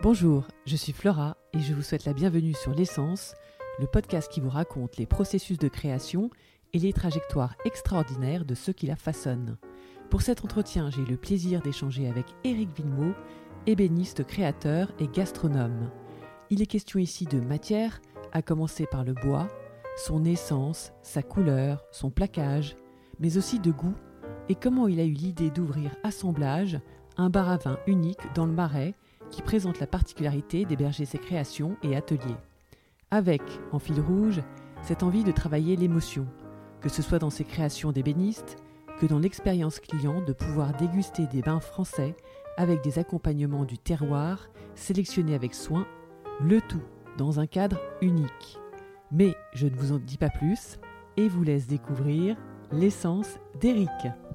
Bonjour, je suis Flora et je vous souhaite la bienvenue sur l'Essence, le podcast qui vous raconte les processus de création et les trajectoires extraordinaires de ceux qui la façonnent. Pour cet entretien, j'ai eu le plaisir d'échanger avec Éric Villemot, ébéniste créateur et gastronome. Il est question ici de matière, à commencer par le bois, son essence, sa couleur, son plaquage, mais aussi de goût et comment il a eu l'idée d'ouvrir Assemblage, un bar à vin unique dans le Marais qui présente la particularité d'héberger ses créations et ateliers. Avec, en fil rouge, cette envie de travailler l'émotion, que ce soit dans ses créations d'ébéniste, que dans l'expérience client de pouvoir déguster des vins français avec des accompagnements du terroir, sélectionnés avec soin, le tout dans un cadre unique. Mais je ne vous en dis pas plus et vous laisse découvrir l'essence d'Éric.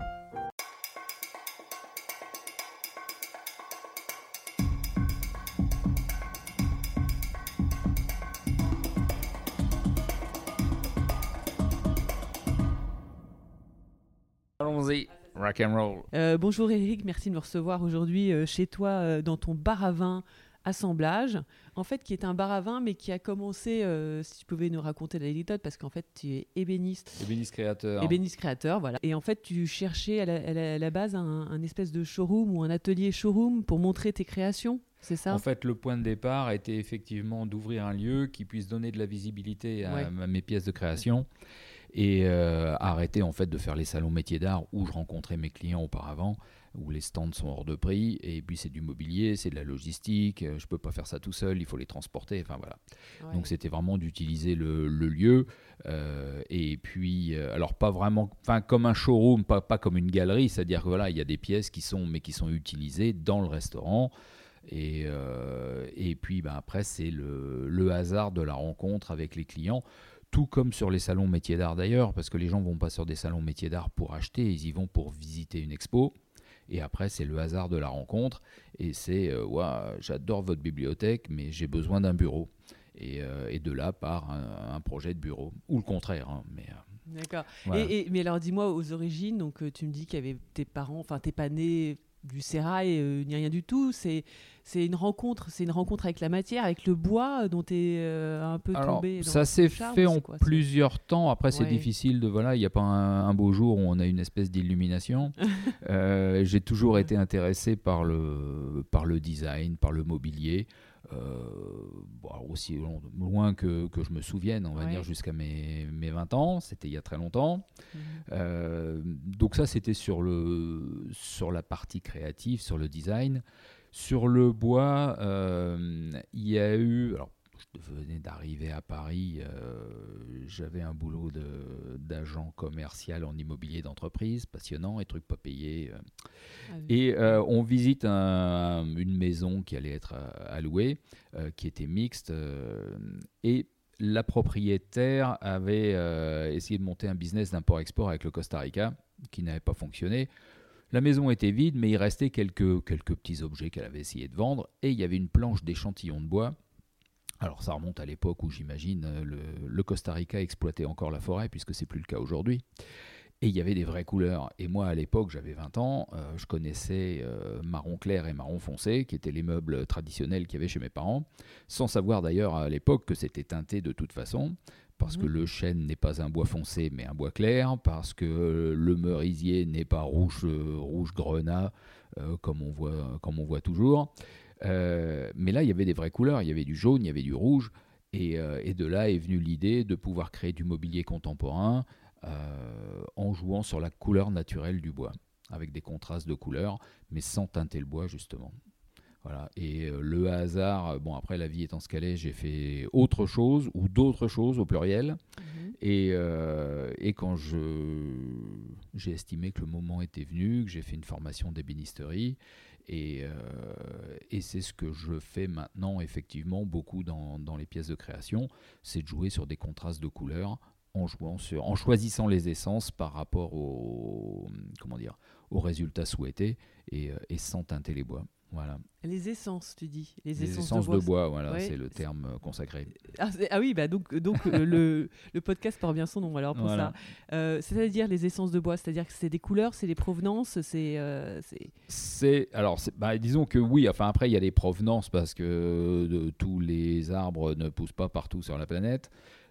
Allons-y, rock and roll. Bonjour Éric, merci de me recevoir aujourd'hui chez toi dans ton bar à vin Assemblage, en fait qui est un bar à vin mais qui a commencé, si tu pouvais nous raconter l'anecdote, parce qu'en fait tu es ébéniste. Ébéniste créateur. Ébéniste créateur, voilà. Et en fait tu cherchais à la base un espèce de showroom ou un atelier showroom pour montrer tes créations, c'est ça ? En fait, le point de départ était effectivement d'ouvrir un lieu qui puisse donner de la visibilité à mes pièces de création. Et arrêter en fait de faire les salons métiers d'art où je rencontrais mes clients auparavant, où les stands sont hors de prix, et puis c'est du mobilier, c'est de la logistique, je ne peux pas faire ça tout seul, il faut les transporter, enfin voilà. Ouais. Donc c'était vraiment d'utiliser le lieu, et puis, alors pas vraiment, enfin comme un showroom, pas comme une galerie, c'est-à-dire que voilà, il y a des pièces qui sont utilisées dans le restaurant. Et puis après c'est le hasard de la rencontre avec les clients. Tout comme sur les salons métiers d'art d'ailleurs, parce que les gens ne vont pas sur des salons métiers d'art pour acheter, ils y vont pour visiter une expo. Et après, c'est le hasard de la rencontre. Et c'est, j'adore votre bibliothèque, mais j'ai besoin d'un bureau. Et de là part un projet de bureau. Ou le contraire. Hein, mais, d'accord. Voilà. Mais alors, dis-moi, aux origines, donc, tu me dis qu'il y avait tes parents, enfin, t'es pas né du sérail, ni rien du tout. C'est une rencontre avec la matière, avec le bois dont tu es un peu tombé. Ça s'est fait en plusieurs temps. Après, c'est difficile de il n'y a pas un beau jour où on a une espèce d'illumination. J'ai toujours été intéressé par le design, par le mobilier. Aussi loin que je me souvienne, on va dire jusqu'à mes 20 ans, c'était il y a très longtemps. Donc ça, c'était sur la partie créative, sur le design. Sur le bois, il y a eu... Alors, je venais d'arriver à Paris, j'avais un boulot d'agent commercial en immobilier d'entreprise, passionnant, et trucs pas payés. Et on visite une maison qui allait être à louer, qui était mixte, et la propriétaire avait essayé de monter un business d'import-export avec le Costa Rica, qui n'avait pas fonctionné. La maison était vide, mais il restait quelques petits objets qu'elle avait essayé de vendre, et il y avait une planche d'échantillons de bois. Alors ça remonte à l'époque où j'imagine le Costa Rica exploitait encore la forêt, puisque c'est plus le cas aujourd'hui. Et il y avait des vraies couleurs. Et moi, à l'époque, j'avais 20 ans, je connaissais marron clair et marron foncé, qui étaient les meubles traditionnels qu'il y avait chez mes parents, sans savoir d'ailleurs à l'époque que c'était teinté de toute façon, parce que le chêne n'est pas un bois foncé, mais un bois clair, parce que le merisier n'est pas rouge grenat, comme on voit toujours. Mais là, il y avait des vraies couleurs, il y avait du jaune, il y avait du rouge, et de là est venue l'idée de pouvoir créer du mobilier contemporain, en jouant sur la couleur naturelle du bois, avec des contrastes de couleurs, mais sans teinter le bois justement. Voilà. Et le hasard, après la vie étant ce qu'elle est, j'ai fait autre chose, ou d'autres choses au pluriel, et quand j'ai estimé que le moment était venu, que j'ai fait une formation d'ébénisterie, et c'est ce que je fais maintenant effectivement beaucoup dans les pièces de création, c'est de jouer sur des contrastes de couleurs, en choisissant les essences par rapport au résultat souhaité, et sans teinter les bois. Voilà. Les essences, tu dis. Les essences de bois, voilà, ouais. C'est le terme consacré. Oui, donc le podcast porte bien son nom alors pour ça. C'est-à-dire les essences de bois, c'est-à-dire que c'est des couleurs, c'est des provenances, disons que oui, enfin après il y a des provenances parce que tous les arbres ne poussent pas partout sur la planète.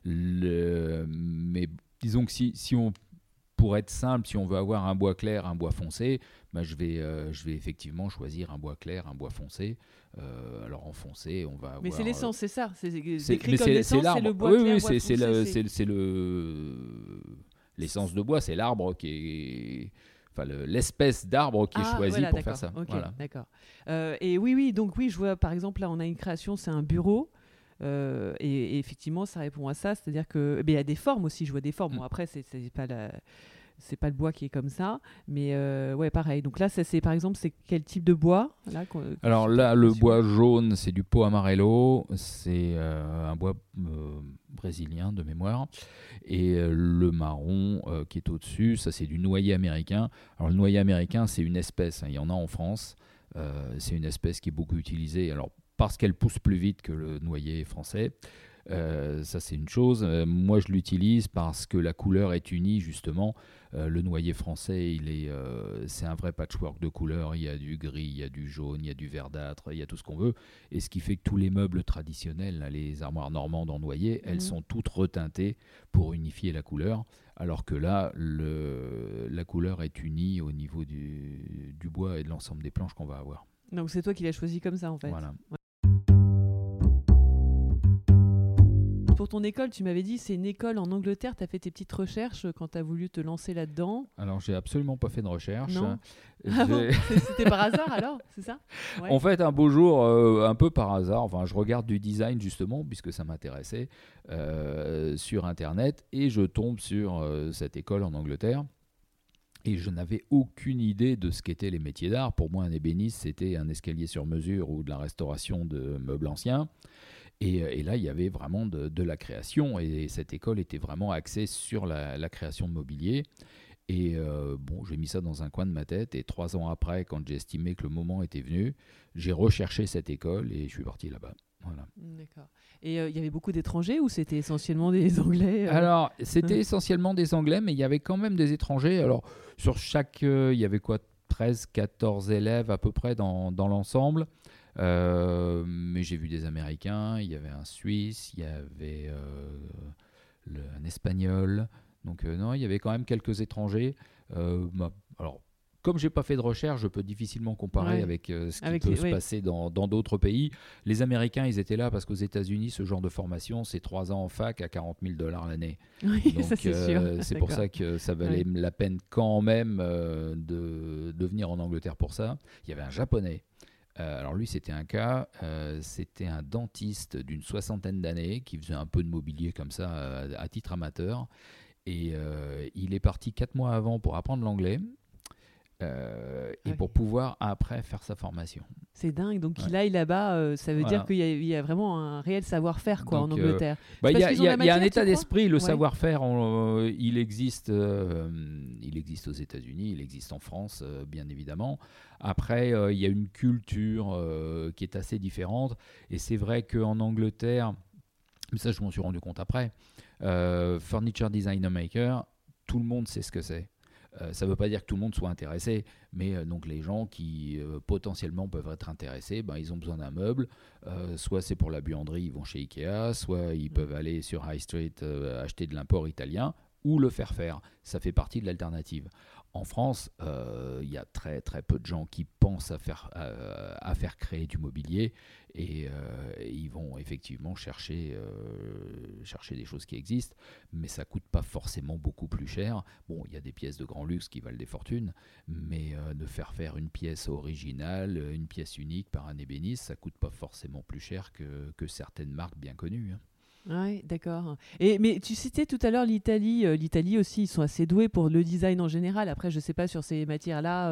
Mais disons que si on pour être simple, si on veut avoir un bois clair, un bois foncé, je vais effectivement choisir un bois clair, un bois foncé. Alors en foncé, on va avoir... Mais c'est l'essence, c'est ça. C'est le bois clair, bois foncé. L'essence de bois, c'est l'arbre qui est... Enfin, l'espèce d'arbre qui est choisie pour faire ça. Okay, voilà. D'accord. Et oui, donc oui, je vois par exemple là, on a une création, c'est un bureau. Et effectivement, ça répond à ça, c'est-à-dire que il y a des formes aussi. Je vois des formes. Bon, après, c'est pas le bois qui est comme ça, mais ouais, pareil. Donc là, c'est par exemple, c'est quel type de bois là, Alors là, le bois jaune, c'est du Pau Amarelo, c'est un bois brésilien de mémoire, et le marron qui est au-dessus, ça c'est du noyer américain. Alors le noyer américain, c'est une espèce, il y en a en France. C'est une espèce qui est beaucoup utilisée. Alors parce qu'elle pousse plus vite que le noyer français. Ça c'est une chose. Moi je l'utilise parce que la couleur est unie justement. Le noyer français, c'est un vrai patchwork de couleurs. Il y a du gris, il y a du jaune, il y a du verdâtre, il y a tout ce qu'on veut. Et ce qui fait que tous les meubles traditionnels, là, les armoires normandes en noyer, elles sont toutes reteintées pour unifier la couleur. Alors que là, la couleur est unie au niveau du bois et de l'ensemble des planches qu'on va avoir. Donc c'est toi qui l'as choisi comme ça en fait. Voilà. Ouais. Pour ton école, tu m'avais dit c'est une école en Angleterre. Tu as fait tes petites recherches quand tu as voulu te lancer là-dedans. Alors, j'ai absolument pas fait de recherche. Non. C'était par hasard alors, c'est ça? Ouais. En fait, un beau jour, un peu par hasard, je regarde du design justement, puisque ça m'intéressait, sur Internet, et je tombe sur cette école en Angleterre. Et je n'avais aucune idée de ce qu'étaient les métiers d'art. Pour moi, un ébéniste, c'était un escalier sur mesure ou de la restauration de meubles anciens. Et là, il y avait vraiment de la création. Et cette école était vraiment axée sur la création de mobilier. Et j'ai mis ça dans un coin de ma tête. Et 3 ans après, quand j'ai estimé que le moment était venu, j'ai recherché cette école et je suis parti là-bas. Voilà. D'accord. Et il y avait beaucoup d'étrangers ou c'était essentiellement des Anglais Alors, c'était essentiellement des Anglais, mais il y avait quand même des étrangers. Alors, sur chaque... il y avait 13, 14 élèves à peu près dans l'ensemble. Mais j'ai vu des Américains, il y avait un Suisse, il y avait un Espagnol. Donc non, il y avait quand même quelques étrangers. Alors, comme j'ai pas fait de recherche, je peux difficilement comparer avec ce qui peut se passer dans d'autres pays. Les Américains, ils étaient là parce qu'aux États-Unis, ce genre de formation, c'est 3 ans en fac à $40,000 l'année. Oui, donc ça, c'est sûr. C'est pour ça que ça valait la peine quand même de venir en Angleterre pour ça. Il y avait un Japonais. Alors lui, c'était un cas, c'était un dentiste d'une 60aine d'années qui faisait un peu de mobilier comme ça à titre amateur. Et il est parti 4 mois avant pour apprendre l'anglais. Et pour pouvoir après faire sa formation. C'est dingue, donc qu'il aille là-bas, ça veut dire qu'il y a vraiment un réel savoir-faire en Angleterre. Il y a un état d'esprit, le savoir-faire, il existe aux États-Unis, il existe en France, bien évidemment. Après, il y a une culture qui est assez différente, et c'est vrai qu'en Angleterre, mais ça je m'en suis rendu compte après, Furniture Designer Maker, tout le monde sait ce que c'est. Ça ne veut pas dire que tout le monde soit intéressé, mais donc les gens qui potentiellement peuvent être intéressés, ils ont besoin d'un meuble. Soit c'est pour la buanderie, ils vont chez Ikea, soit ils peuvent aller sur High Street acheter de l'import italien ou le faire. Ça fait partie de l'alternative. En France, il y a très très peu de gens qui pensent à faire créer du mobilier et ils vont effectivement chercher des choses qui existent, mais ça coûte pas forcément beaucoup plus cher. Bon, il y a des pièces de grand luxe qui valent des fortunes, mais de faire une pièce originale, une pièce unique par un ébéniste, ça coûte pas forcément plus cher que certaines marques bien connues. Oui, d'accord. Mais tu citais tout à l'heure l'Italie. L'Italie aussi, ils sont assez doués pour le design en général. Après, je ne sais pas sur ces matières-là.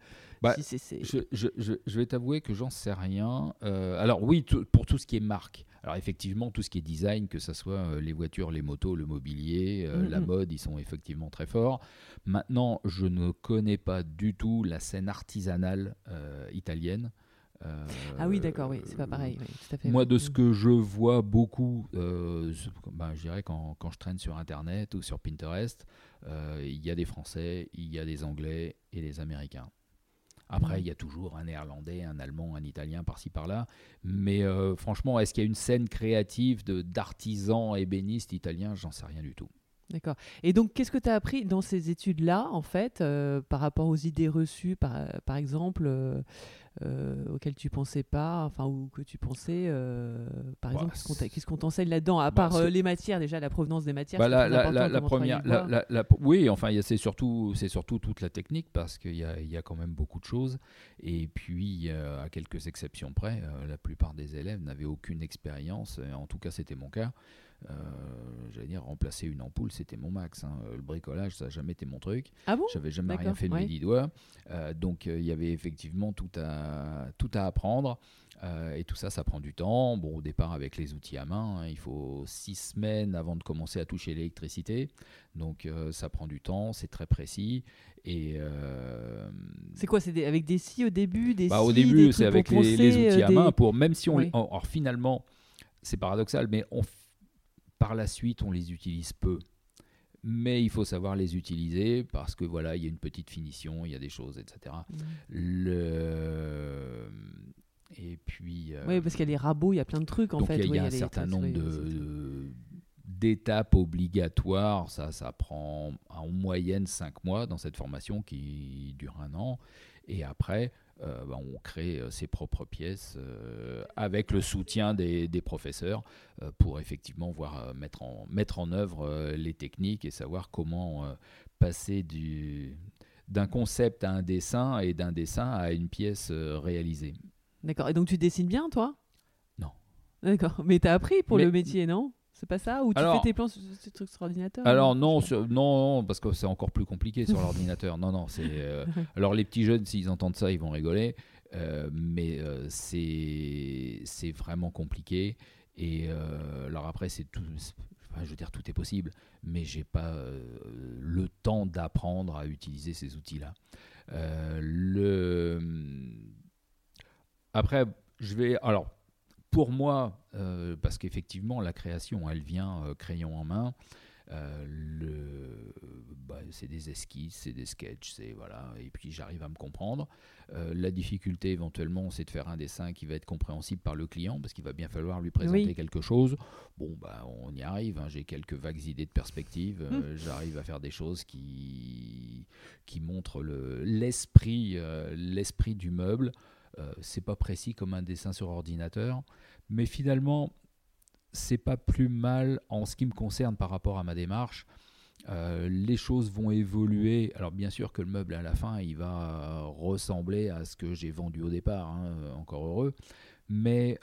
Je vais t'avouer que j'en sais rien. Alors oui, pour tout ce qui est marque. Alors effectivement, tout ce qui est design, que ce soit les voitures, les motos, le mobilier, la mode, ils sont effectivement très forts. Maintenant, je ne connais pas du tout la scène artisanale italienne. Ah oui, d'accord, oui, c'est pas pareil. Oui, tout à fait, Moi, oui. de ce que je vois beaucoup, je dirais quand je traîne sur Internet ou sur Pinterest, il y a des Français, il y a des Anglais et des Américains. Après, il y a toujours un Néerlandais, un Allemand, un Italien par-ci par-là. Mais franchement, est-ce qu'il y a une scène créative d'artisans ébénistes italiens? J'en sais rien du tout. D'accord. Et donc, qu'est-ce que tu as appris dans ces études-là, en fait, par rapport aux idées reçues, par exemple, auxquelles tu pensais pas, enfin, ou que tu pensais, par Bah, exemple, qu'est-ce qu'on t'enseigne là-dedans, à bah, part les matières, déjà, la provenance des matières, Bah, c'est très important, la comment travailler première, le bois. oui, enfin, c'est surtout toute la technique parce qu'il y a quand même beaucoup de choses. Et puis, à quelques exceptions près, la plupart des élèves n'avaient aucune expérience. En tout cas, c'était mon cas. Euh, J'allais dire, remplacer une ampoule, c'était mon max, hein. Le bricolage, ça n'a jamais été mon truc. Ah bon? J'avais jamais rien D'accord, fait de mes ouais. 10 doigts. Donc, il y avait effectivement tout à apprendre. Et tout ça, ça prend du temps. Bon, au départ, avec les outils à main, hein, il faut 6 semaines avant de commencer à toucher l'électricité. Donc, ça prend du temps, c'est très précis. Et C'est quoi? Avec des scies au début, des au scies, des début, c'est trucs pour avec les poncer, outils à main. Même si Ouais. alors, finalement, c'est paradoxal, mais par la suite, on les utilise peu. Mais il faut savoir les utiliser parce que voilà, il y a une petite finition, il y a des choses, etc. Et puis, Oui, parce qu'il y a les rabots, il y a plein de trucs en donc fait. il y Oui, a il y un a certain nombre oui, d'étapes obligatoires. Ça prend en moyenne 5 mois dans cette formation qui dure 1 an. Et après, on crée ses propres pièces avec le soutien des professeurs pour effectivement mettre en œuvre les techniques et savoir comment passer d'un concept à un dessin et d'un dessin à une pièce réalisée. D'accord. Et donc tu dessines bien, toi? Non. D'accord. Mais t'as appris pour le Mais métier, non? C'est pas ça? Ou tu fais alors, tes plans sur ces trucs sur ordinateur, non? Alors Je sais non, pas. non, parce que c'est encore plus compliqué sur l'ordinateur. Non, non, alors les petits jeunes, s'ils entendent ça, ils vont rigoler, mais c'est vraiment compliqué. Et alors après, je veux dire, tout est possible, mais j'ai pas le temps d'apprendre à utiliser ces outils-là. Euh, le... Après, alors, pour moi, parce qu'effectivement, la création, elle vient crayon en main. Euh, c'est des esquisses, c'est des sketchs, voilà, et puis j'arrive à me comprendre. La difficulté éventuellement, c'est de faire un dessin qui va être compréhensible par le client, parce qu'il va bien falloir lui présenter Oui. quelque chose. Bon, on y arrive, hein, j'ai quelques vagues idées de perspective, j'arrive à faire des choses qui montrent l'esprit du meuble. C'est pas précis comme un dessin sur ordinateur, mais finalement, c'est pas plus mal en ce qui me concerne par rapport à ma démarche. Les choses vont évoluer. Alors bien sûr que le meuble à la fin, il va ressembler à ce que j'ai vendu au départ, hein, encore heureux. Mais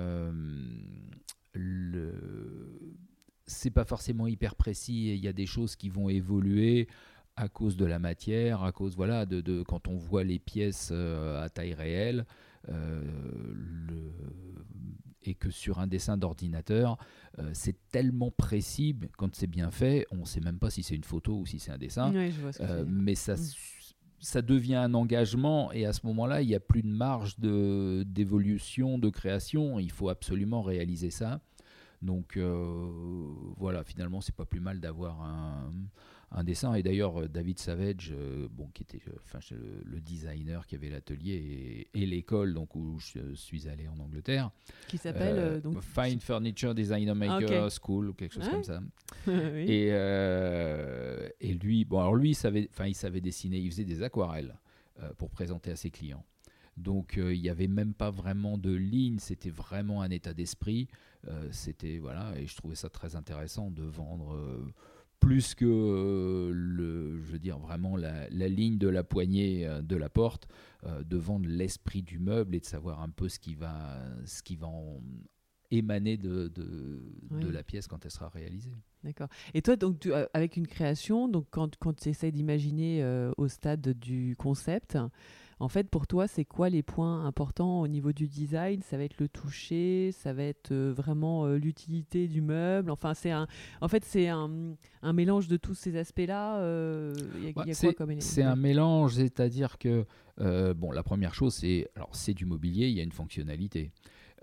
c'est pas forcément hyper précis et il y a des choses qui vont évoluer à cause de la matière, à cause quand on voit les pièces à taille réelle. Euh, le, et que sur un dessin d'ordinateur, c'est tellement précis, quand c'est bien fait, on ne sait même pas si c'est une photo ou si c'est un dessin, Oui, je vois ce que c'est. mais ça devient un engagement, et à ce moment-là, il n'y a plus de marge d'évolution, de création, il faut absolument réaliser ça. Donc voilà, finalement, c'est pas plus mal d'avoir un dessin. Et d'ailleurs, David Savage, qui était le designer qui avait l'atelier et l'école donc, où je suis allé en Angleterre, Qui s'appelle Fine Furniture Designer Maker School ou quelque chose comme ça. Oui. Et lui, alors lui, il savait dessiner, il faisait des aquarelles pour présenter à ses clients. Donc il n'y avait même pas vraiment de ligne, c'était vraiment un état d'esprit. C'était voilà, et je trouvais ça très intéressant de vendre plus que je veux dire vraiment la ligne de la poignée de la porte, de vendre l'esprit du meuble et de savoir un peu ce qui va en émaner de la pièce quand elle sera réalisée. D'accord. Et toi, donc, avec une création, donc quand tu essaies d'imaginer au stade du concept, En fait, pour toi, c'est quoi les points importants au niveau du design ? Ça va être le toucher, ça va être vraiment l'utilité du meuble. Enfin, c'est un mélange de tous ces aspects-là. Il y a quoi comme élément ? C'est un mélange, c'est-à-dire que la première chose, c'est du mobilier, il y a une fonctionnalité.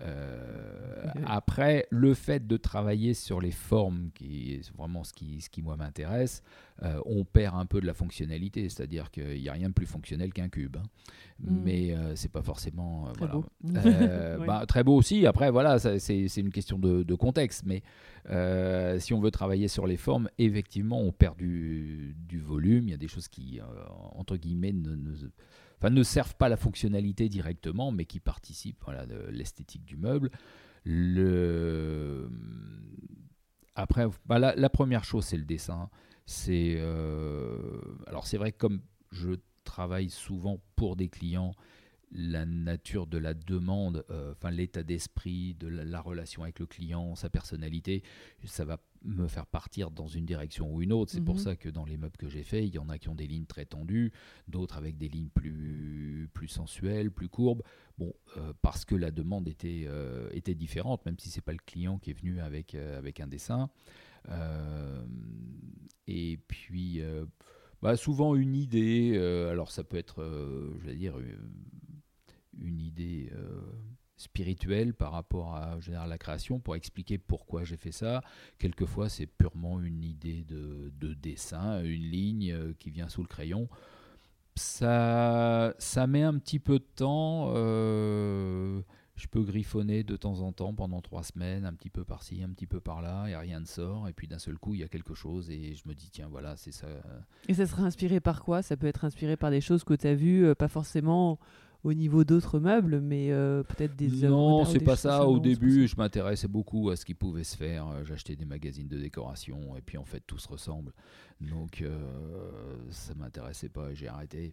Après, le fait de travailler sur les formes, qui est vraiment ce qui moi m'intéresse, on perd un peu de la fonctionnalité, c'est-à-dire qu'il n'y a rien de plus fonctionnel qu'un cube. Mais c'est pas forcément très beau. très beau aussi. Après, voilà, c'est une question de contexte. Mais si on veut travailler sur les formes, effectivement, on perd du volume. Il y a des choses qui, entre guillemets, ne servent pas la fonctionnalité directement, mais qui participent de l'esthétique du meuble. Après, la première chose, c'est le dessin. Alors, c'est vrai que comme je travaille souvent pour des clients, la nature de la demande, l'état d'esprit, de la relation avec le client, sa personnalité, ça va me faire partir dans une direction ou une autre. C'est pour ça que dans les meubles que j'ai faits, il y en a qui ont des lignes très tendues, d'autres avec des lignes plus sensuelles, plus courbes. Parce que la demande était différente, même si c'est pas le client qui est venu avec un dessin. Et puis souvent une idée. Alors ça peut être, une idée spirituelle par rapport à la création, pour expliquer pourquoi j'ai fait ça. Quelquefois, c'est purement une idée de dessin, une ligne qui vient sous le crayon. Ça met un petit peu de temps. Je peux griffonner de temps en temps pendant 3 semaines, un petit peu par-ci, un petit peu par-là, et rien ne sort. Et puis d'un seul coup, il y a quelque chose et je me dis, tiens, voilà, c'est ça. Et ça serait inspiré par quoi ? Ça peut être inspiré par des choses que tu as vues, pas forcément au niveau d'autres meubles, mais peut-être des œuvres. Non, c'est pas ça. Au début, je m'intéressais beaucoup à ce qui pouvait se faire. J'achetais des magazines de décoration et puis en fait, tout se ressemble. Donc, ça m'intéressait pas et j'ai arrêté.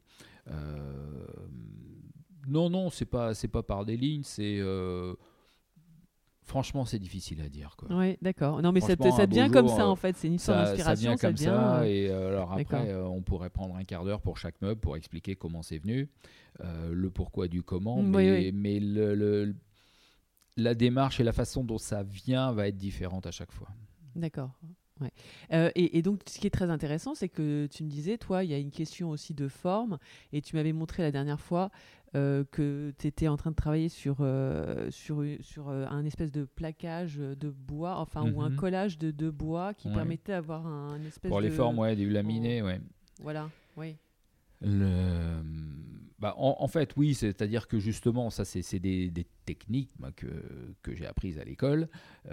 Non, c'est pas par des lignes. Franchement, c'est difficile à dire, quoi. Oui, d'accord. Non, mais ça devient comme ça, en fait. C'est une histoire d'inspiration. Ça devient comme ça. Et alors après, on pourrait prendre un quart d'heure pour chaque meuble pour expliquer comment c'est venu, le pourquoi du comment. Mais la démarche et la façon dont ça vient va être différente à chaque fois. D'accord. Ouais. Et donc, ce qui est très intéressant, c'est que tu me disais, toi, il y a une question aussi de forme, et tu m'avais montré la dernière fois que tu étais en train de travailler sur un espèce de plaquage de bois, ou un collage de bois qui permettait d'avoir un espèce pour les formes, du laminé, Voilà, oui. En fait, oui, c'est-à-dire que justement, ça, c'est des techniques que j'ai apprises à l'école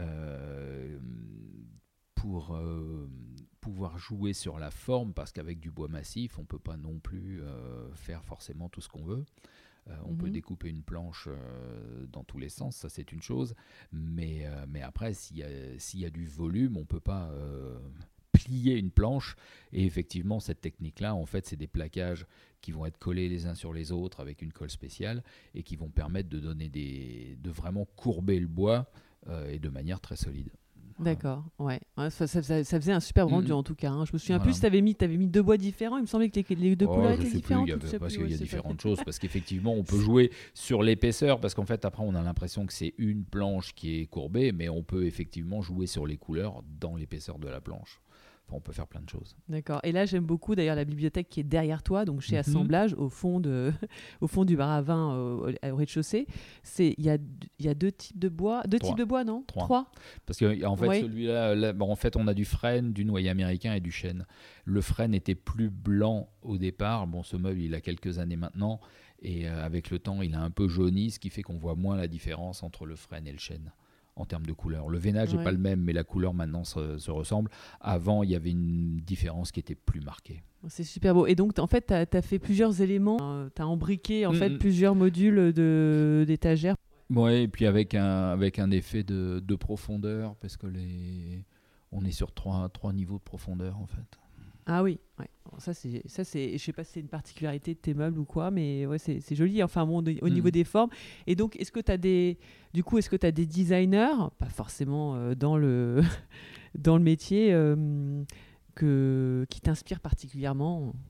pour pouvoir jouer sur la forme, parce qu'avec du bois massif, on ne peut pas non plus faire forcément tout ce qu'on veut. On peut découper une planche dans tous les sens, ça c'est une chose, mais après, s'il y a du volume, on ne peut pas plier une planche. Et effectivement, cette technique-là, en fait, c'est des plaquages qui vont être collés les uns sur les autres avec une colle spéciale et qui vont permettre de vraiment courber le bois et de manière très solide. D'accord, ouais. Ça faisait un super rendu en tout cas. Je me souviens plus si tu avais mis 2 bois différents. Il me semblait que les 2 couleurs étaient différentes. Parce qu'il y a différentes choses. Parce qu'effectivement, on peut jouer sur l'épaisseur. Parce qu'en fait, après, on a l'impression que c'est une planche qui est courbée. Mais on peut effectivement jouer sur les couleurs dans l'épaisseur de la planche. Enfin, on peut faire plein de choses. D'accord. Et là, j'aime beaucoup d'ailleurs la bibliothèque qui est derrière toi, donc chez Assemblage, au fond du bar à vin au rez-de-chaussée. Il y a 2 types de bois. 2 types de bois, non ? 3. Parce qu'en fait, celui-là, en fait, on a du frêne, du noyer américain et du chêne. Le frêne était plus blanc au départ. Ce meuble, il a quelques années maintenant. Et avec le temps, il a un peu jauni, ce qui fait qu'on voit moins la différence entre le frêne et le chêne. En termes de couleur. Le veinage n'est pas le même, mais la couleur maintenant se ressemble. Avant, il y avait une différence qui était plus marquée. C'est super beau. Et donc, en fait, tu as fait plusieurs éléments. Tu as embriqué fait, plusieurs modules d'étagères. Oui, et puis avec un effet de profondeur, parce que on est sur trois niveaux de profondeur, en fait. Ah oui, ouais. Ça c'est, je sais pas si c'est une particularité de tes meubles ou quoi, mais ouais, c'est joli. Enfin bon, au niveau des formes. Et donc, est-ce que tu as des designers, pas forcément dans le métier, qui t'inspirent particulièrement ?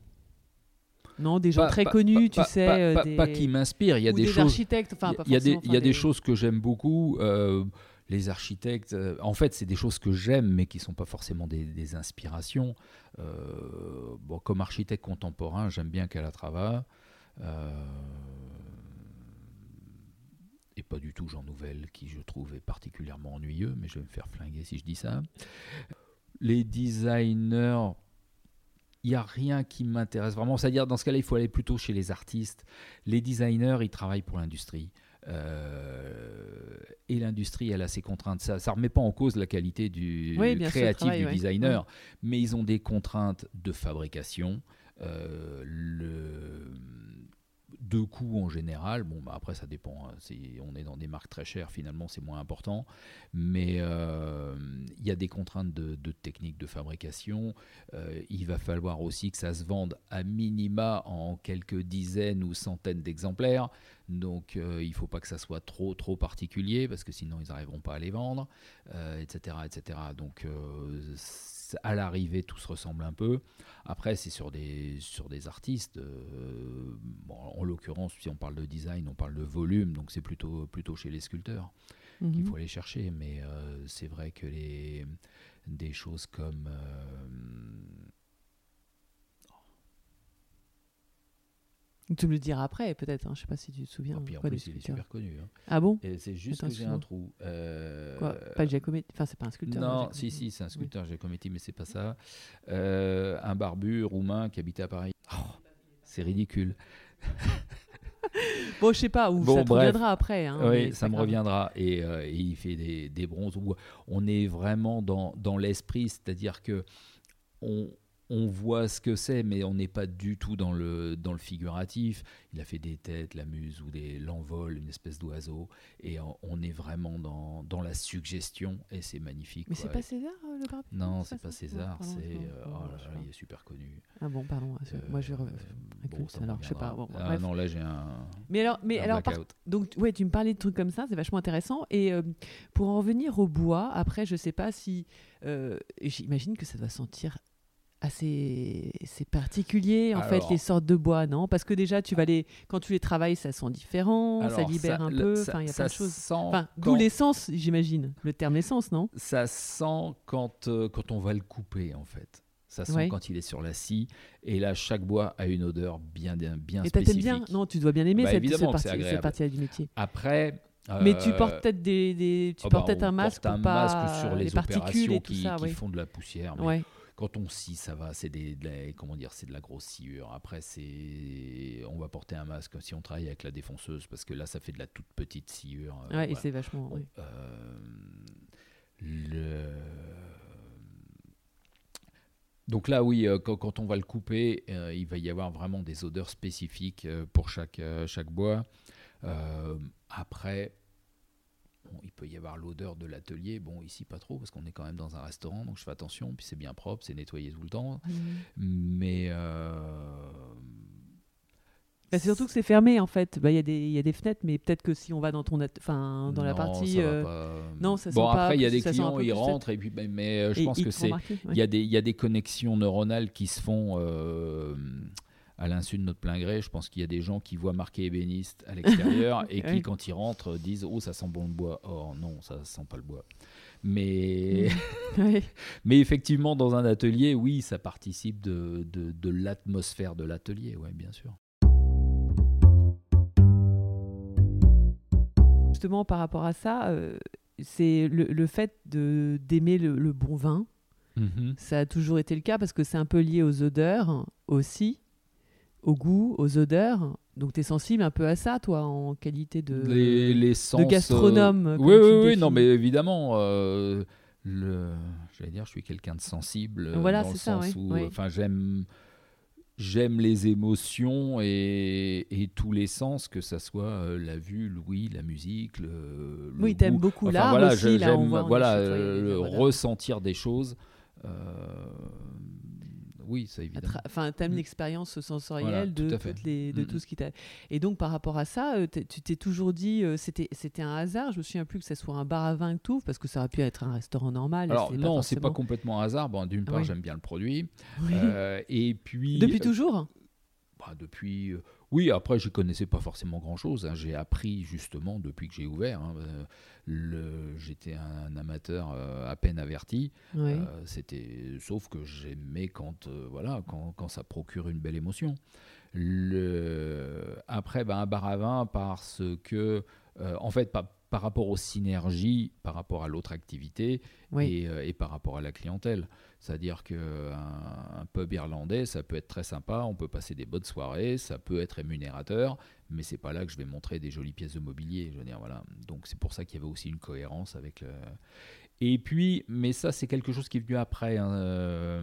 Non, des gens très connus, tu sais. Pas qui m'inspirent. Il y a des choses. Des architectes. Enfin, il y a des choses que j'aime beaucoup. Les architectes, en fait, c'est des choses que j'aime, mais qui ne sont pas forcément des inspirations. Comme architecte contemporain, j'aime bien Calatrava. Et pas du tout Jean Nouvel, qui je trouve est particulièrement ennuyeux, mais je vais me faire flinguer si je dis ça. Les designers, il n'y a rien qui m'intéresse vraiment. C'est-à-dire, dans ce cas-là, il faut aller plutôt chez les artistes. Les designers, ils travaillent pour l'industrie. Et l'industrie, elle a ses contraintes. Ça ne remet pas en cause la qualité du créatif du designer, mais ils ont des contraintes de fabrication, de coûts en général. Après, ça dépend. On est dans des marques très chères, finalement, c'est moins important. Mais il y a des contraintes de technique de fabrication. Il va falloir aussi que ça se vende à minima en quelques dizaines ou centaines d'exemplaires. Donc, il ne faut pas que ça soit trop particulier, parce que sinon, ils n'arriveront pas à les vendre, etc., etc. Donc, à l'arrivée, tout se ressemble un peu. Après, c'est sur des artistes. En l'occurrence, si on parle de design, on parle de volume, donc c'est plutôt chez les sculpteurs qu'il faut aller chercher. Mais c'est vrai que des choses comme... Tu me le diras après, peut-être. Je ne sais pas si tu te souviens. Puis en plus, il est super connu. Ah bon? Et c'est juste que j'ai un trou. Quoi? Pas Giacometti? Enfin, c'est pas un sculpteur. Non, si, c'est un sculpteur Giacometti, mais c'est pas ça. Un barbu roumain qui habitait à Paris. C'est ridicule. Bon, je sais pas, ou ça te reviendra après. Oui, ça me reviendra. Et il fait des bronzes où on est vraiment dans l'esprit, c'est-à-dire que on voit ce que c'est, mais on n'est pas du tout dans le figuratif. Il a fait des têtes, la muse ou l'envol, une espèce d'oiseau, et on est vraiment dans la suggestion, et c'est magnifique. Mais c'est pas César, le barbu? Non, c'est pas César, il est super connu. Ah bon, pardon, moi je alors je sais pas. Bon, bref. Non, là j'ai un. Mais alors donc ouais, tu me parlais de trucs comme ça, c'est vachement intéressant. Et pour en revenir au bois, après, je sais pas si j'imagine que ça doit sentir assez particulier fait les sortes de bois, non? Parce que déjà quand tu les travailles, ça sent différent, ça libère un peu, enfin il y a plein de choses. D'où l'essence, j'imagine, le terme essence, non? Ça sent quand on va le couper, en fait. Ça sent quand il est sur la scie, et là chaque bois a une odeur bien et spécifique. Et t'aimes bien? Non, tu dois bien aimer cette partie-là du métier. Après. Mais tu portes peut-être peut-être un masque pour pas sur les particules et tout qui ça, font de la poussière. Mais quand on scie, ça va, c'est de la grosse sciure. Après, on va porter un masque si on travaille avec la défonceuse, parce que là, ça fait de la toute petite sciure. Et c'est vachement. Donc là, oui, quand on va le couper, il va y avoir vraiment des odeurs spécifiques pour chaque bois. Après, il peut y avoir l'odeur de l'atelier. Bon, ici, pas trop, parce qu'on est quand même dans un restaurant, donc je fais attention. Puis c'est bien propre, c'est nettoyé tout le temps. Mais... c'est surtout que c'est fermé, en fait. Il y a des fenêtres, mais peut-être que si on va dans dans la partie... Non, ça sent pas... Bon, après, il y a des clients, ils rentrent, et puis, mais je pense que il y a des connexions neuronales qui se font... à l'insu de notre plein gré. Je pense qu'il y a des gens qui voient marqué ébéniste à l'extérieur et qui, quand ils rentrent, disent « Oh, ça sent bon le bois ». Oh non, ça sent pas le bois. Mais, mais effectivement, dans un atelier, oui, ça participe de l'atmosphère de l'atelier, ouais, bien sûr. Justement, par rapport à ça, c'est le fait d'aimer le bon vin. Ça a toujours été le cas parce que c'est un peu lié aux odeurs aussi. Au goût, aux odeurs. Donc, tu es sensible un peu à ça, toi, en qualité les sens, de gastronome. Oui, non, mais évidemment, j'allais dire, je suis quelqu'un de sensible. Voilà, dans c'est le ça, sens où, j'aime les émotions et tous les sens, que ça soit la vue, l'ouïe, la musique, le oui, goût. T'aimes beaucoup l'art aussi. J'aime ressentir des choses. Oui, c'est évident. T'aimes l'expérience sensorielle de tout ce qui t'a... Et donc, par rapport à ça, tu t'es toujours dit, c'était un hasard. Je me souviens plus que ça soit un bar à vin que tout, parce que ça aurait pu être un restaurant normal. Alors non, c'est pas complètement un hasard. Bon, d'une part, j'aime bien le produit. Et puis... Depuis toujours? Depuis, oui, après, je ne connaissais pas forcément grand-chose. Hein. J'ai appris justement depuis que j'ai ouvert. Hein, j'étais un amateur à peine averti. Oui. Sauf que j'aimais quand ça procure une belle émotion. Après, un bar à vin parce que, en fait, par rapport aux synergies, par rapport à l'autre activité et par rapport à la clientèle. C'est-à-dire qu'un pub irlandais, ça peut être très sympa, on peut passer des bonnes soirées, ça peut être rémunérateur, mais c'est pas là que je vais montrer des jolies pièces de mobilier. Je veux dire, voilà. Donc c'est pour ça qu'il y avait aussi une cohérence avec le... Et puis, mais ça c'est quelque chose qui est venu après. Hein,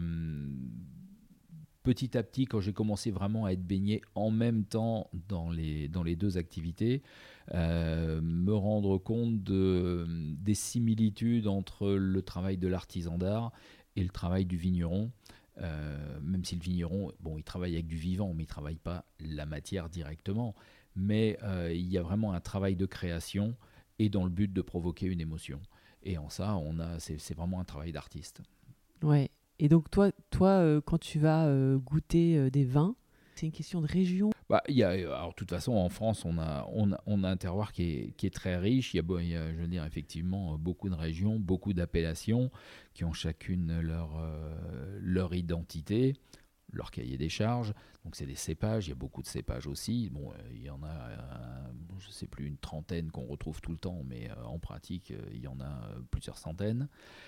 petit à petit, quand j'ai commencé vraiment à être baigné en même temps dans les deux activités, me rendre compte des similitudes entre le travail de l'artisan d'art et le travail du vigneron. Même si le vigneron, il travaille avec du vivant, mais il ne travaille pas la matière directement. Mais il y a vraiment un travail de création et dans le but de provoquer une émotion. Et en ça, c'est vraiment un travail d'artiste. Ouais. Et donc toi quand tu vas goûter des vins, c'est une question de région? Alors, de toute façon, en France, on a un terroir qui est très riche. Il y a, je veux dire, effectivement, beaucoup de régions, beaucoup d'appellations qui ont chacune leur identité, leur cahier des charges. Donc, c'est des cépages. Il y a beaucoup de cépages aussi. Il y en a, je ne sais plus, une trentaine qu'on retrouve tout le temps, mais en pratique, il y en a plusieurs centaines.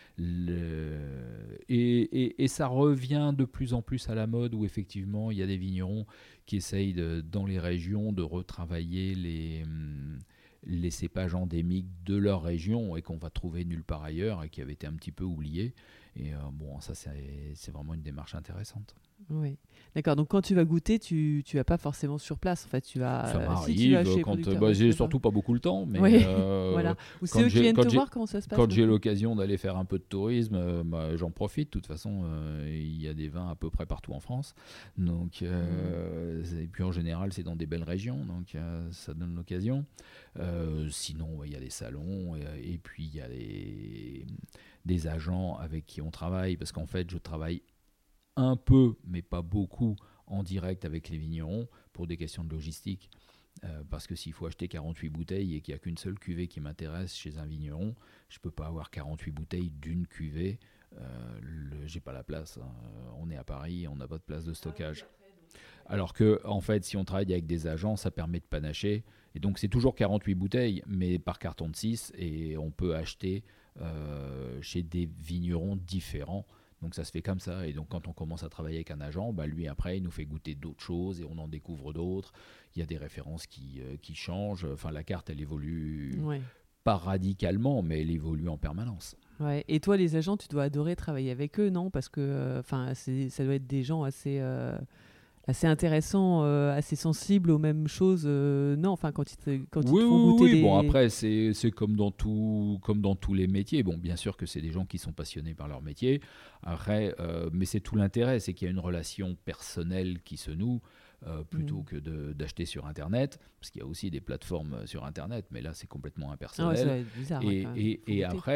Et ça revient de plus en plus à la mode où effectivement il y a des vignerons qui essayent dans les régions de retravailler les cépages endémiques de leur région et qu'on va trouver nulle part ailleurs et qui avaient été un petit peu oubliés. Et ça c'est vraiment une démarche intéressante. Oui, d'accord. Donc quand tu vas goûter, tu vas pas forcément sur place. En fait, tu vas. Ça m'arrive quand j'ai surtout pas beaucoup le temps, mais oui. Voilà. Ou c'est eux qui viennent te voir comment ça se passe. Quand j'ai l'occasion d'aller faire un peu de tourisme, j'en profite. De toute façon, il y a des vins à peu près partout en France. Donc, et puis en général, c'est dans des belles régions, donc ça donne l'occasion. Sinon, il y a des salons et puis il y a des agents avec qui on travaille, parce qu'en fait, je travaille un peu, mais pas beaucoup, en direct avec les vignerons pour des questions de logistique. Parce que s'il faut acheter 48 bouteilles et qu'il n'y a qu'une seule cuvée qui m'intéresse chez un vigneron, je ne peux pas avoir 48 bouteilles d'une cuvée. J'ai pas la place. Hein. On est à Paris, on n'a pas de place de stockage. Alors que, en fait, si on travaille avec des agents, ça permet de panacher. Et donc, c'est toujours 48 bouteilles, mais par carton de 6. Et on peut acheter chez des vignerons différents. Donc ça se fait comme ça, et donc quand on commence à travailler avec un agent, lui après il nous fait goûter d'autres choses et on en découvre d'autres. Il y a des références qui changent, enfin la carte elle évolue pas radicalement, mais elle évolue en permanence. Ouais. Et toi les agents, tu dois adorer travailler avec eux, non? Parce que ça doit être des gens assez intéressants, assez sensibles aux mêmes choses, non? Enfin quand ils te font goûter des... Bon après c'est comme dans tous les métiers. Bon bien sûr que c'est des gens qui sont passionnés par leur métier. Après, mais c'est tout l'intérêt, c'est qu'il y a une relation personnelle qui se noue plutôt que d'acheter sur Internet, parce qu'il y a aussi des plateformes sur Internet, mais là c'est complètement impersonnel. Ça va être bizarre, et après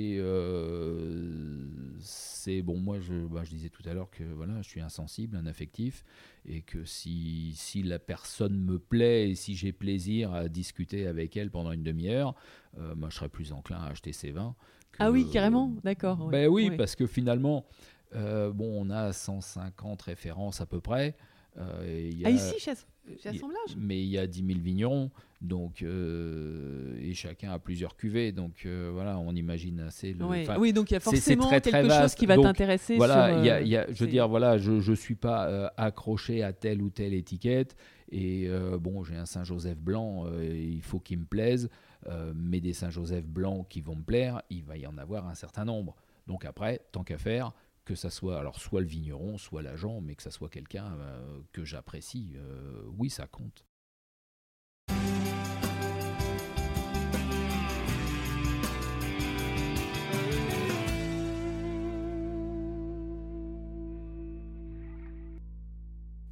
c'est bon. Moi je disais tout à l'heure que voilà, je suis insensible, un affectif, et que si la personne me plaît et si j'ai plaisir à discuter avec elle pendant une demi-heure, moi je serais plus enclin à acheter ses vins. Ah oui, carrément, d'accord. Oui, parce que finalement, on a 150 références à peu près. Ici, chez Assemblage. Mais il y a 10 000 vignerons, donc, et chacun a plusieurs cuvées, donc voilà, on imagine assez. Oui, donc il y a forcément quelque chose qui va t'intéresser. Voilà, je veux dire, voilà, je suis pas accroché à telle ou telle étiquette, et j'ai un Saint-Joseph blanc, il faut qu'il me plaise, mais des Saint-Joseph blancs qui vont me plaire, il va y en avoir un certain nombre. Donc après, tant qu'à faire, que ça soit alors soit le vigneron, soit l'agent, mais que ça soit quelqu'un que j'apprécie, oui, ça compte.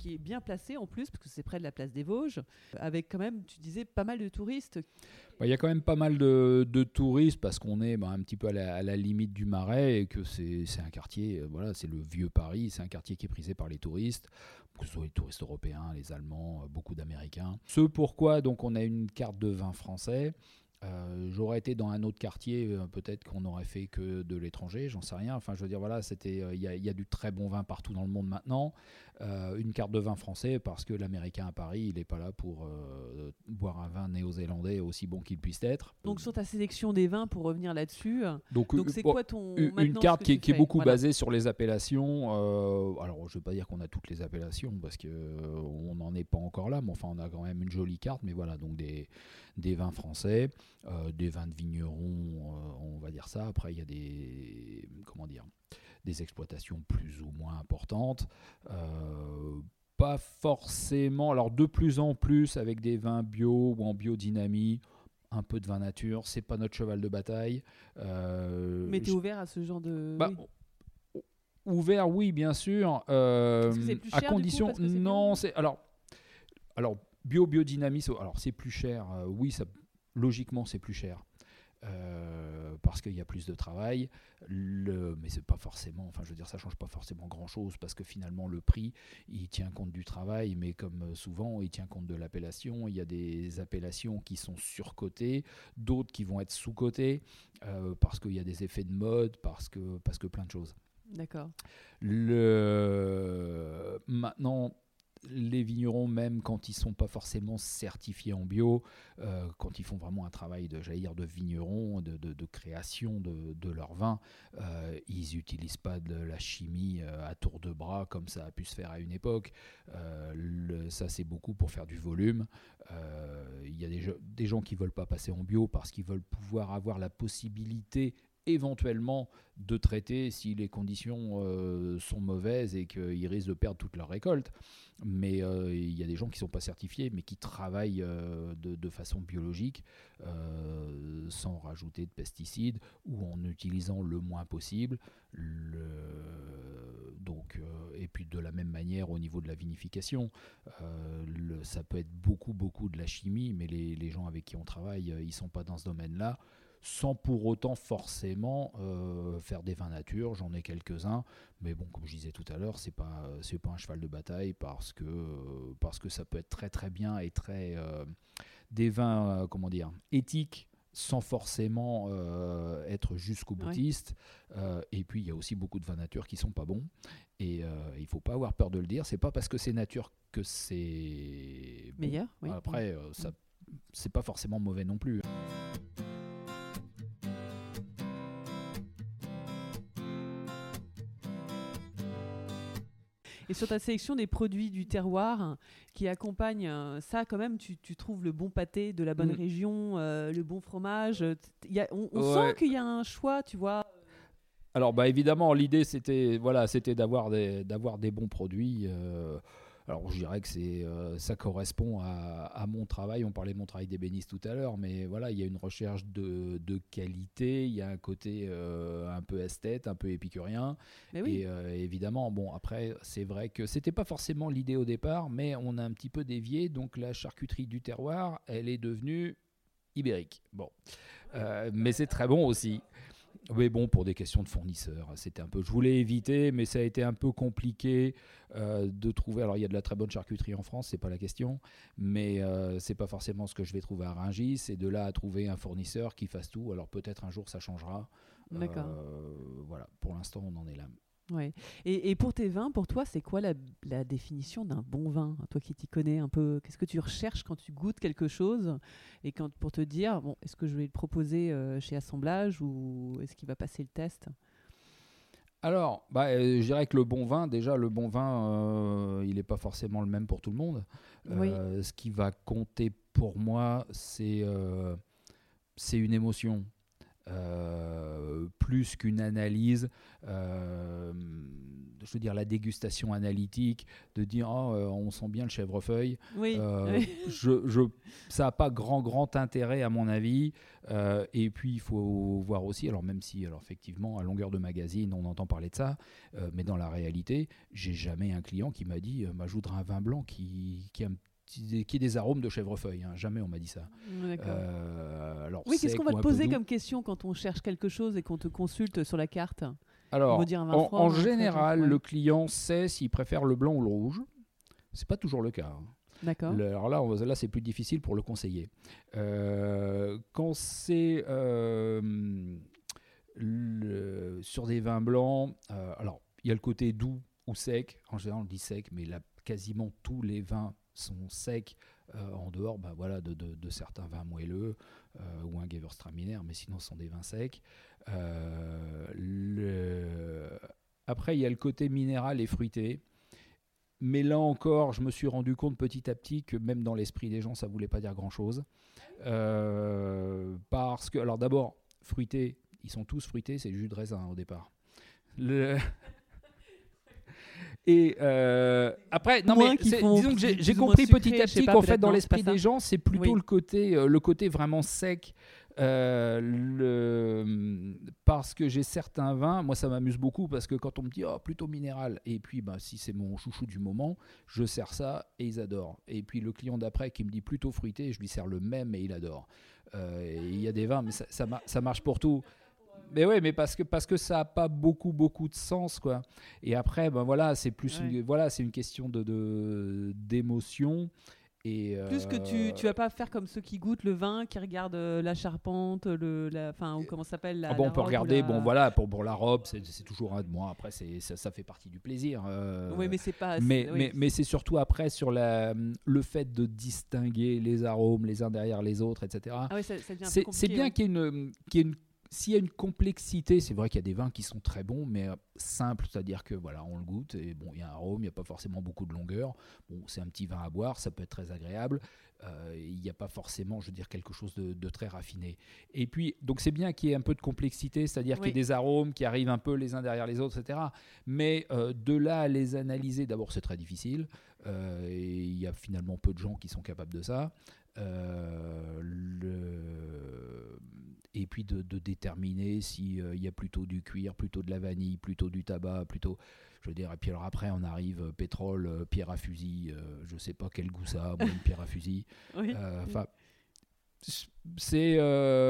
qui est bien placé en plus, parce que c'est près de la place des Vosges, avec quand même, tu disais, pas mal de touristes. Il y a quand même pas mal de touristes parce qu'on est un petit peu à la limite du Marais et que c'est un quartier, voilà, c'est le vieux Paris, c'est un quartier qui est prisé par les touristes, que ce soit les touristes européens, les Allemands, beaucoup d'Américains. Ce pourquoi donc on a une carte de vin français. J'aurais été dans un autre quartier, peut-être qu'on n'aurait fait que de l'étranger, j'en sais rien. Enfin, je veux dire, voilà, il y a du très bon vin partout dans le monde maintenant. Une carte de vin français parce que l'Américain à Paris, il n'est pas là pour boire un vin néo-zélandais aussi bon qu'il puisse être. Donc sur ta sélection des vins, pour revenir là-dessus, donc c'est bon, quoi ton une carte qui est beaucoup voilà. basée sur les appellations. Alors, je ne veux pas dire qu'on a toutes les appellations parce qu'on n'en est pas encore là, mais enfin, on a quand même une jolie carte. Mais voilà, donc des vins français. Des vins de vignerons, on va dire ça. Après, il y a des exploitations plus ou moins importantes. Pas forcément. Alors, de plus en plus, avec des vins bio ou en biodynamie, un peu de vin nature. C'est pas notre cheval de bataille. Mais tu es ouvert à ce genre de... Oui. Ouvert, oui, bien sûr. Est-ce que c'est plus cher, à condition, du coup, parce que c'est non, bio c'est alors biodynamie. Alors, c'est plus cher. Oui, ça. Logiquement, c'est plus cher parce qu'il y a plus de travail. Mais c'est pas forcément. Enfin, je veux dire, ça change pas forcément grand-chose parce que finalement, le prix, il tient compte du travail, mais comme souvent, il tient compte de l'appellation. Il y a des appellations qui sont surcotées, d'autres qui vont être sous-cotées parce qu'il y a des effets de mode, parce que plein de choses. D'accord. Maintenant. Les vignerons, même quand ils ne sont pas forcément certifiés en bio, quand ils font vraiment un travail de vigneron, de création de leur vin, ils n'utilisent pas de la chimie à tour de bras comme ça a pu se faire à une époque. Ça, c'est beaucoup pour faire du volume. Il y a des gens qui ne veulent pas passer en bio parce qu'ils veulent pouvoir avoir la possibilité éventuellement de traiter si les conditions sont mauvaises et qu'ils risquent de perdre toute leur récolte. Mais il y a des gens qui ne sont pas certifiés, mais qui travaillent de façon biologique, sans rajouter de pesticides ou en utilisant le moins possible. Et puis de la même manière au niveau de la vinification, ça peut être beaucoup de la chimie, mais les gens avec qui on travaille, ils ne sont pas dans ce domaine-là, sans pour autant forcément faire des vins nature. J'en ai quelques-uns, mais bon, comme je disais tout à l'heure, c'est pas un cheval de bataille parce que ça peut être très très bien et très des vins éthiques sans forcément être jusqu'au boutiste. Et puis il y a aussi beaucoup de vins nature qui sont pas bons, et il faut pas avoir peur de le dire. C'est pas parce que c'est nature que c'est meilleur. Bon. Oui. Après, ça c'est pas forcément mauvais non plus. Et sur ta sélection des produits du terroir qui accompagnent ça, quand même, tu trouves le bon pâté de la bonne région, le bon fromage. On sent qu'il y a un choix, tu vois. Alors, évidemment, l'idée, c'était d'avoir des bons produits. Alors, je dirais que ça correspond à mon travail. On parlait de mon travail d'ébéniste tout à l'heure, mais voilà, il y a une recherche de qualité, il y a un côté un peu esthète, un peu épicurien. Oui. Et évidemment, bon, après, c'est vrai que c'était pas forcément l'idée au départ, mais on a un petit peu dévié. Donc, la charcuterie du terroir, elle est devenue ibérique. Bon, mais c'est très bon aussi. Mais bon, pour des questions de fournisseurs, je voulais éviter, mais ça a été un peu compliqué de trouver. Alors, il y a de la très bonne charcuterie en France, c'est pas la question, mais c'est pas forcément ce que je vais trouver à Rungis. C'est de là à trouver un fournisseur qui fasse tout. Alors peut-être un jour ça changera. D'accord. Voilà, pour l'instant on en est là. Ouais. Et pour tes vins, pour toi, c'est quoi la définition d'un bon vin? Toi qui t'y connais un peu, qu'est-ce que tu recherches quand tu goûtes quelque chose et pour te dire, bon, est-ce que je vais le proposer chez Assemblage ou est-ce qu'il va passer le test? Alors, je dirais que le bon vin, il n'est pas forcément le même pour tout le monde. Oui. Ce qui va compter pour moi, c'est une émotion. plus qu'une analyse, je veux dire la dégustation analytique, de dire on sent bien le chèvrefeuille. Oui. Ça n'a pas grand intérêt à mon avis. Et puis il faut voir aussi, alors même si effectivement à longueur de magazine on entend parler de ça, mais dans la réalité, j'ai jamais un client qui m'a dit je voudrais un vin blanc qui ait des arômes de chèvrefeuille. Jamais on m'a dit ça. Alors, oui, qu'est-ce qu'on va te poser comme question quand on cherche quelque chose et qu'on te consulte sur la carte? Alors, en général, le client sait s'il préfère le blanc ou le rouge. C'est pas toujours le cas. D'accord. Alors là, c'est plus difficile pour le conseiller. Quand c'est sur des vins blancs, alors il y a le côté doux ou sec. En général, on dit sec, mais là, quasiment tous les vins sont secs en dehors de certains vins moelleux ou un Gewürztraminer, mais sinon ce sont des vins secs. Après, il y a le côté minéral et fruité. Mais là encore, je me suis rendu compte petit à petit que même dans l'esprit des gens, ça ne voulait pas dire grand-chose. Parce que, alors d'abord, fruité, ils sont tous fruités, c'est le jus de raisin au départ. Et après, non mais disons que j'ai compris petit à petit qu'en fait, dans l'esprit des gens, c'est plutôt le côté vraiment sec. Parce que j'ai certains vins, moi ça m'amuse beaucoup parce que quand on me dit plutôt minéral, et puis si c'est mon chouchou du moment, je sers ça et ils adorent. Et puis le client d'après qui me dit plutôt fruité, je lui sers le même et il adore. Il y a des vins, mais ça marche pour tout. Mais ouais, mais parce que ça n'a pas beaucoup de sens, quoi. Et après, c'est plus c'est une question d'émotion. Et plus que tu vas pas faire comme ceux qui goûtent le vin, qui regardent la charpente, ou comment ça s'appelle la on peut robe regarder, pour la robe, c'est toujours un de moi. Après, ça fait partie du plaisir. Oui, mais c'est pas. Mais c'est surtout après sur le fait de distinguer les arômes les uns derrière les autres, etc. Ah oui, ça devient un peu compliqué. C'est bien qu'il y ait s'il y a une complexité, c'est vrai qu'il y a des vins qui sont très bons, mais simples, c'est-à-dire que on le goûte et il y a un arôme, il n'y a pas forcément beaucoup de longueur. Bon, c'est un petit vin à boire, ça peut être très agréable. Il n'y a pas forcément, je veux dire, quelque chose de très raffiné. Et puis, donc c'est bien qu'il y ait un peu de complexité, c'est-à-dire qu'il y ait des arômes qui arrivent un peu les uns derrière les autres, etc. Mais de là à les analyser, d'abord c'est très difficile. Et il y a finalement peu de gens qui sont capables de ça. Et puis de déterminer s'il y a plutôt du cuir, plutôt de la vanille, plutôt du tabac, plutôt... Je veux dire, et puis alors après, on arrive pétrole, pierre à fusil, je ne sais pas quel goût ça a, moi, une pierre à fusil. Oui. C'est...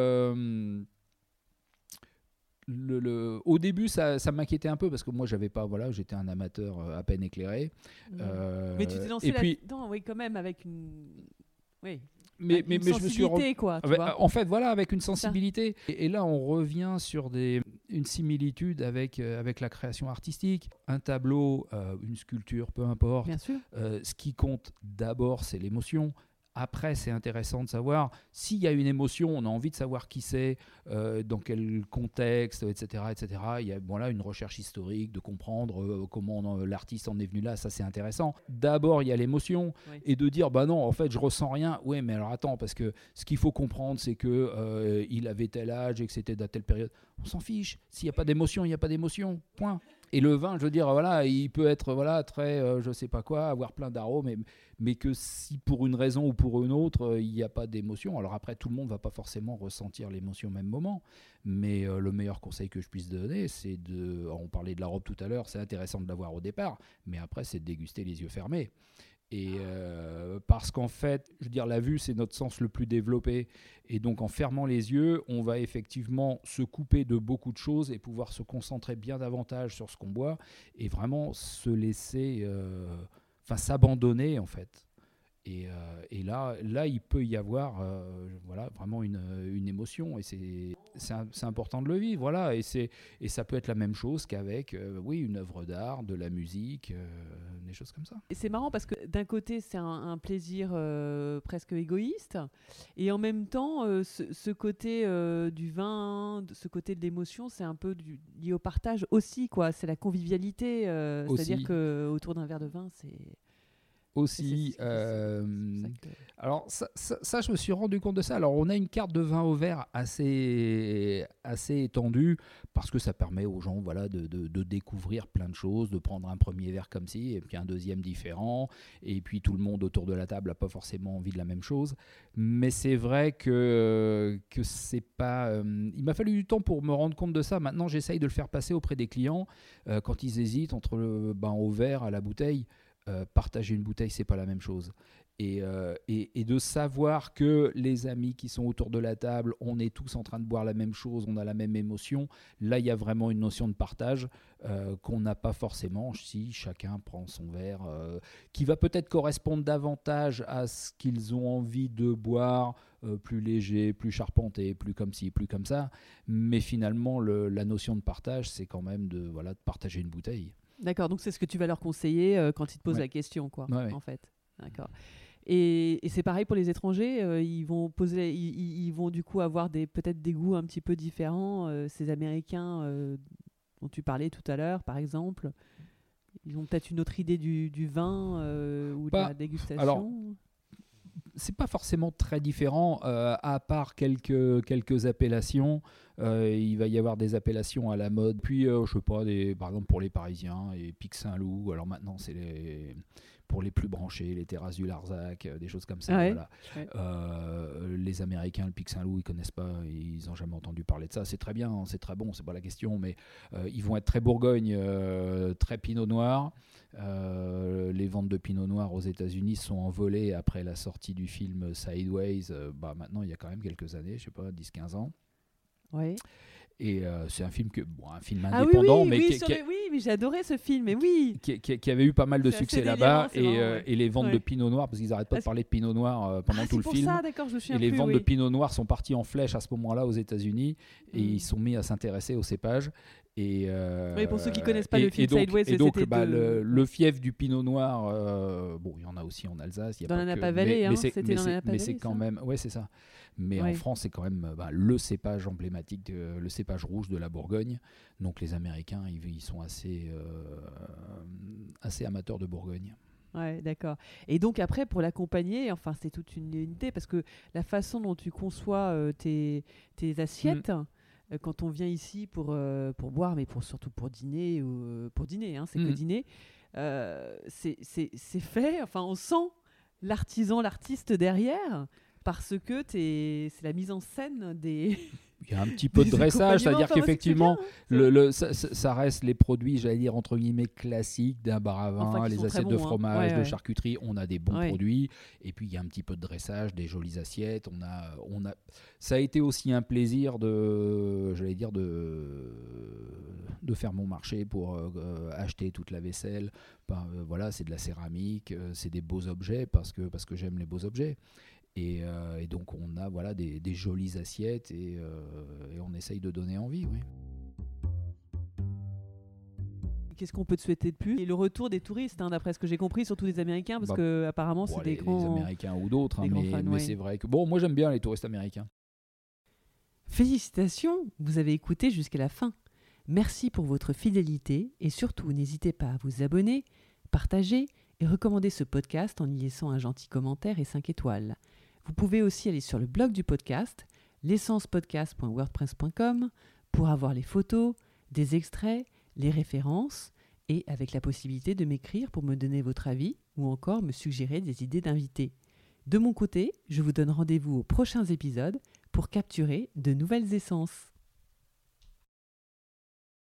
Au début, ça m'inquiétait un peu parce que moi, j'étais un amateur à peine éclairé. Mais tu t'es lancé là-dedans, oui, quand même, avec une... Oui. Mais je me suis en fait, avec une sensibilité. Et là, on revient sur une similitude avec la création artistique. Un tableau, une sculpture, peu importe. Bien sûr. Ce qui compte d'abord, c'est l'émotion. Après, c'est intéressant de savoir s'il y a une émotion, on a envie de savoir qui c'est, dans quel contexte, etc. etc. Il y a une recherche historique, de comprendre comment l'artiste en est venu là, ça c'est intéressant. D'abord, il y a l'émotion, et de dire, non, en fait, je ressens rien. Oui, mais alors attends, parce que ce qu'il faut comprendre, c'est qu'il avait tel âge et que c'était à telle période. On s'en fiche. S'il n'y a pas d'émotion, il n'y a pas d'émotion. Point. Et le vin, je veux dire, il peut être très, je sais pas quoi, avoir plein d'arômes, mais que si pour une raison ou pour une autre, il n'y a pas d'émotion. Alors après, tout le monde ne va pas forcément ressentir l'émotion au même moment, mais le meilleur conseil que je puisse donner, c'est on parlait de la robe tout à l'heure, c'est intéressant de l'avoir au départ, mais après, c'est de déguster les yeux fermés. Et parce qu'en fait, je veux dire, la vue, c'est notre sens le plus développé. Et donc, en fermant les yeux, on va effectivement se couper de beaucoup de choses et pouvoir se concentrer bien davantage sur ce qu'on boit et vraiment se laisser, s'abandonner, en fait. Et là, il peut y avoir vraiment une émotion. Et c'est important de le vivre. Voilà. Et ça peut être la même chose qu'avec une œuvre d'art, de la musique, des choses comme ça. Et c'est marrant parce que d'un côté, c'est un plaisir presque égoïste. Et en même temps, ce côté du vin, ce côté de l'émotion, c'est un peu lié au partage aussi, quoi. C'est la convivialité. C'est-à-dire qu'autour d'un verre de vin, c'est... aussi. Alors ça, je me suis rendu compte de ça. Alors on a une carte de vin au verre assez étendue parce que ça permet aux gens de découvrir plein de choses, de prendre un premier verre comme ci et puis un deuxième différent, et puis tout le monde autour de la table n'a pas forcément envie de la même chose. Mais c'est vrai que c'est pas... il m'a fallu du temps pour me rendre compte de ça. Maintenant j'essaye de le faire passer auprès des clients quand ils hésitent entre au verre à la bouteille. Partager une bouteille, c'est pas la même chose. Et de savoir que les amis qui sont autour de la table, on est tous en train de boire la même chose, on a la même émotion. Là, il y a vraiment une notion de partage qu'on n'a pas forcément si chacun prend son verre, qui va peut-être correspondre davantage à ce qu'ils ont envie de boire, plus léger, plus charpenté, plus comme ci, plus comme ça. Mais finalement, la notion de partage, c'est quand même de partager une bouteille. D'accord, donc c'est ce que tu vas leur conseiller quand ils te posent la question, quoi, en fait. D'accord. Et c'est pareil pour les étrangers, ils vont du coup avoir peut-être des goûts un petit peu différents. Ces Américains dont tu parlais tout à l'heure, par exemple, ils ont peut-être une autre idée du vin ou de la dégustation. Alors, c'est pas forcément très différent, à part quelques appellations. Il va y avoir des appellations à la mode. Puis, je sais pas, par exemple pour les Parisiens, et Pic Saint-Loup. Alors maintenant, c'est pour les plus branchés, les terrasses du Larzac, des choses comme ça. Ah ouais. Voilà. Ouais. Les Américains, le Pic Saint-Loup, ils connaissent pas, ils n'ont jamais entendu parler de ça. C'est très bien, c'est très bon, c'est pas la question, mais ils vont être très Bourgogne, très Pinot Noir. Les ventes de Pinot Noir aux États-Unis sont envolées après la sortie du film Sideways. Maintenant, il y a quand même quelques années, je sais pas, 10-15 ans. Ouais. Et c'est un film indépendant, mais j'ai adoré ce film, mais oui, qui avait eu pas mal de succès là-bas, et les ventes de Pinot Noir, parce qu'ils n'arrêtent pas de parler de Pinot Noir pendant tout le film. Ça, d'accord, je me souviens et les plus, ventes de Pinot Noir sont parties en flèche à ce moment-là aux États-Unis, et ils sont mis à s'intéresser au cépage. Et pour ceux qui connaissent pas le film Sideways, le fief du Pinot Noir, il y en a aussi en Alsace. Dans la Napa Valley, c'était dans la Napa Valley. Mais c'est quand même, c'est ça. Mais en France, c'est quand même le cépage emblématique, le cépage rouge de la Bourgogne. Donc les Américains, ils sont assez amateurs de Bourgogne. Ouais, d'accord. Et donc après, pour l'accompagner, c'est toute une unité, parce que la façon dont tu conçois tes assiettes, quand on vient ici pour boire, mais surtout pour dîner, c'est que dîner, c'est fait, on sent l'artisan, l'artiste derrière, parce que c'est la mise en scène des... Il y a un petit peu de dressage, c'est-à-dire qu'effectivement, ça reste les produits, j'allais dire, entre guillemets, classiques d'un bar à vin, les assiettes de fromage, de charcuterie, on a des bons produits. Et puis, il y a un petit peu de dressage, des jolies assiettes. Ça a été aussi un plaisir de faire mon marché pour acheter toute la vaisselle. C'est de la céramique, c'est des beaux objets parce que j'aime les beaux objets. Et donc on a des jolies assiettes et on essaye de donner envie, oui. Qu'est-ce qu'on peut te souhaiter de plus ? Et le retour des touristes, d'après ce que j'ai compris, surtout des Américains, parce que apparemment c'est des grands... Les Américains ou d'autres, mais c'est vrai que... moi j'aime bien les touristes américains. Félicitations, vous avez écouté jusqu'à la fin. Merci pour votre fidélité et surtout n'hésitez pas à vous abonner, partager et recommander ce podcast en y laissant un gentil commentaire et 5 étoiles. Vous pouvez aussi aller sur le blog du podcast, l'essencepodcast.wordpress.com, pour avoir les photos, des extraits, les références et avec la possibilité de m'écrire pour me donner votre avis ou encore me suggérer des idées d'invités. De mon côté, je vous donne rendez-vous aux prochains épisodes pour capturer de nouvelles essences.